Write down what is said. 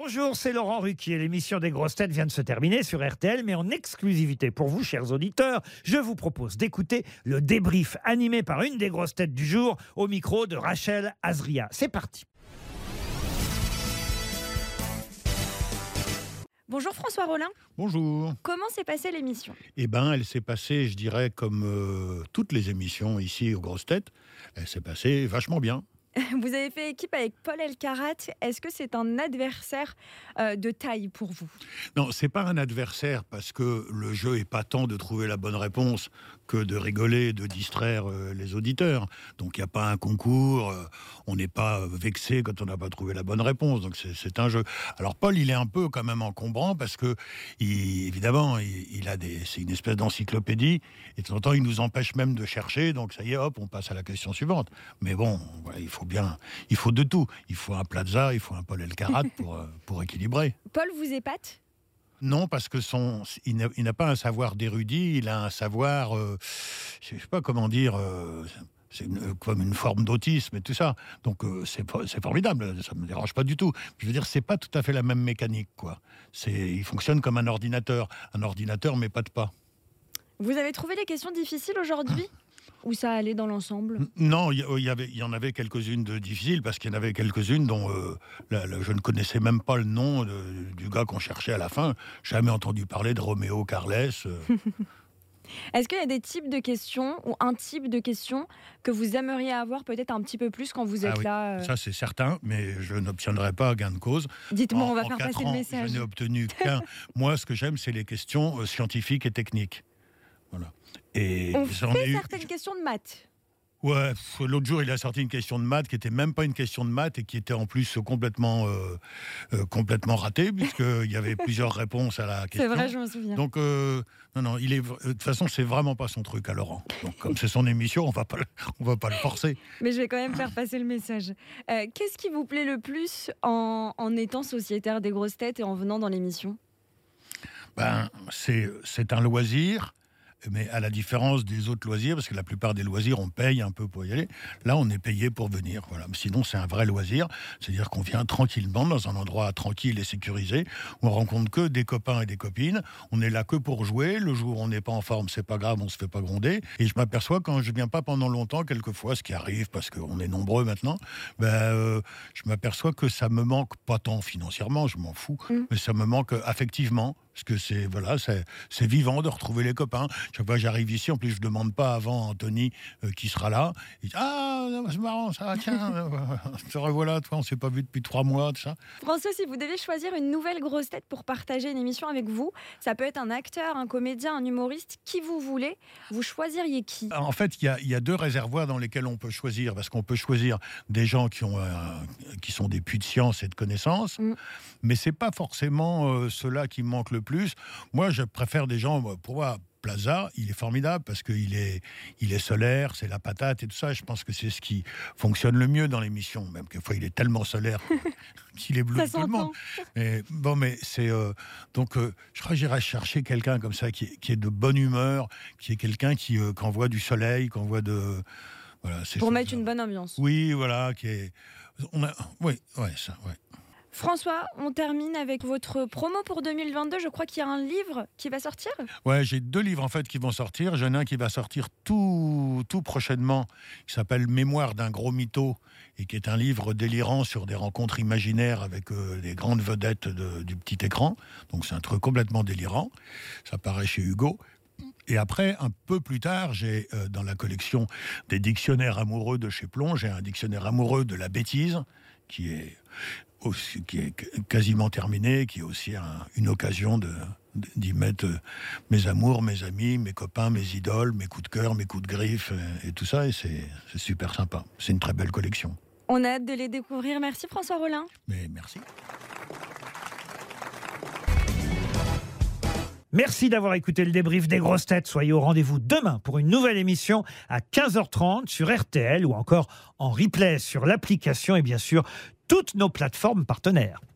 Bonjour, c'est Laurent Ruquier. L'émission des grosses têtes vient de se terminer sur RTL, mais en exclusivité pour vous, chers auditeurs, je vous propose d'écouter le débrief animé par une des grosses têtes du jour au micro de Rachel Azria. C'est parti. Bonjour François Rollin. Bonjour. Comment s'est passée l'émission ? Eh bien, elle s'est passée, je dirais, comme toutes les émissions ici aux grosses têtes. Elle s'est passée vachement bien. Vous avez fait équipe avec Paul Elkarat. Est-ce que c'est un adversaire de taille pour vous ? Non, c'est pas un adversaire parce que le jeu est pas tant de trouver la bonne réponse que de rigoler, de distraire les auditeurs. Donc il n'y a pas un concours, on n'est pas vexé quand on n'a pas trouvé la bonne réponse. Donc c'est un jeu. Alors Paul, il est un peu quand même encombrant parce que évidemment, c'est une espèce d'encyclopédie et de temps en temps, il nous empêche même de chercher. Donc ça y est, hop, on passe à la question suivante. Mais bon, voilà, il faut de tout. Il faut un Plaza, il faut un Paul Elkarat pour équilibrer. Paul vous épate ? Non, parce que il n'a pas un savoir d'érudit, il a un savoir, je ne sais pas comment dire, c'est comme une forme d'autisme et tout ça. Donc c'est formidable, ça ne me dérange pas du tout. Je veux dire, c'est pas tout à fait la même mécanique, quoi. Il fonctionne comme un ordinateur met pas de pas. Vous avez trouvé les questions difficiles aujourd'hui ? Ou ça allait dans l'ensemble ? Non, il y en avait quelques-unes de difficiles, parce qu'il y en avait quelques-unes dont je ne connaissais même pas le nom du gars qu'on cherchait à la fin. Jamais entendu parler de Roméo Carles. Est-ce qu'il y a des types de questions, ou un type de questions, que vous aimeriez avoir peut-être un petit peu plus quand vous êtes là Ça, c'est certain, mais je n'obtiendrai pas gain de cause. Dites-moi, on va faire passer le message. Je n'ai obtenu qu'un. Moi, ce que j'aime, c'est les questions scientifiques et techniques. Voilà. Et on fait certaines questions de maths. Ouais, l'autre jour, il a sorti une question de maths qui n'était même pas une question de maths et qui était en plus complètement ratée, puisqu'il y avait plusieurs réponses à la question. C'est vrai, je me souviens. Donc, non, de toute façon, c'est vraiment pas son truc à Laurent. Donc, comme c'est son émission, on va pas le forcer. Mais je vais quand même faire passer le message. Qu'est-ce qui vous plaît le plus en étant sociétaire des grosses têtes et en venant dans l'émission ? C'est un loisir. Mais à la différence des autres loisirs, parce que la plupart des loisirs, on paye un peu pour y aller. Là, on est payé pour venir. Voilà. Sinon, c'est un vrai loisir. C'est-à-dire qu'on vient tranquillement dans un endroit tranquille et sécurisé. Où on rencontre que des copains et des copines. On est là que pour jouer. Le jour où on n'est pas en forme, c'est pas grave, on se fait pas gronder. Et je m'aperçois quand je viens pas pendant longtemps, quelquefois, ce qui arrive, parce qu'on est nombreux maintenant, je m'aperçois que ça me manque, pas tant financièrement, je m'en fous, mais ça me manque affectivement. Parce que c'est vivant de retrouver les copains. Chaque fois que j'arrive ici, en plus je ne demande pas avant Anthony qui sera là. Il dit « Ah, c'est marrant ça, tiens, te revoilà, toi, on ne s'est pas vu depuis 3 mois, tout ça. » François, si vous deviez choisir une nouvelle grosse tête pour partager une émission avec vous, ça peut être un acteur, un comédien, un humoriste, qui vous voulez, vous choisiriez qui ? En fait, il y a 2 réservoirs dans lesquels on peut choisir, parce qu'on peut choisir des gens qui sont des puits de science et de connaissances, mais ce n'est pas forcément ceux-là qui me manquent le plus. Moi, je préfère des gens, pour moi, Plaza, il est formidable parce qu'il est solaire, c'est la patate et tout ça. Je pense que c'est ce qui fonctionne le mieux dans l'émission. Même quelquefois, il est tellement solaire qu'il est bleu de tout le monde. Mais c'est... donc, je crois que j'irai chercher quelqu'un comme ça qui est de bonne humeur, qui est quelqu'un qui envoie du soleil, qui envoie de... Voilà, pour mettre une bonne ambiance. Oui, voilà, ça. François, on termine avec votre promo pour 2022. Je crois qu'il y a un livre qui va sortir. Ouais, j'ai 2 livres en fait qui vont sortir. J'en ai un qui va sortir tout prochainement, qui s'appelle Mémoire d'un gros mytho, et qui est un livre délirant sur des rencontres imaginaires avec des grandes vedettes du petit écran. Donc c'est un truc complètement délirant. Ça paraît chez Hugo. Et après, un peu plus tard, j'ai dans la collection des dictionnaires amoureux de chez Plon, j'ai un dictionnaire amoureux de la bêtise, qui est quasiment terminé, qui est aussi une occasion d'y mettre mes amours, mes amis, mes copains, mes idoles, mes coups de cœur, mes coups de griffe et tout ça, et c'est super sympa. C'est une très belle collection. On a hâte de les découvrir. Merci François Rollin. Mais merci. Merci d'avoir écouté le débrief des grosses têtes. Soyez au rendez-vous demain pour une nouvelle émission à 15h30 sur RTL ou encore en replay sur l'application et bien sûr toutes nos plateformes partenaires.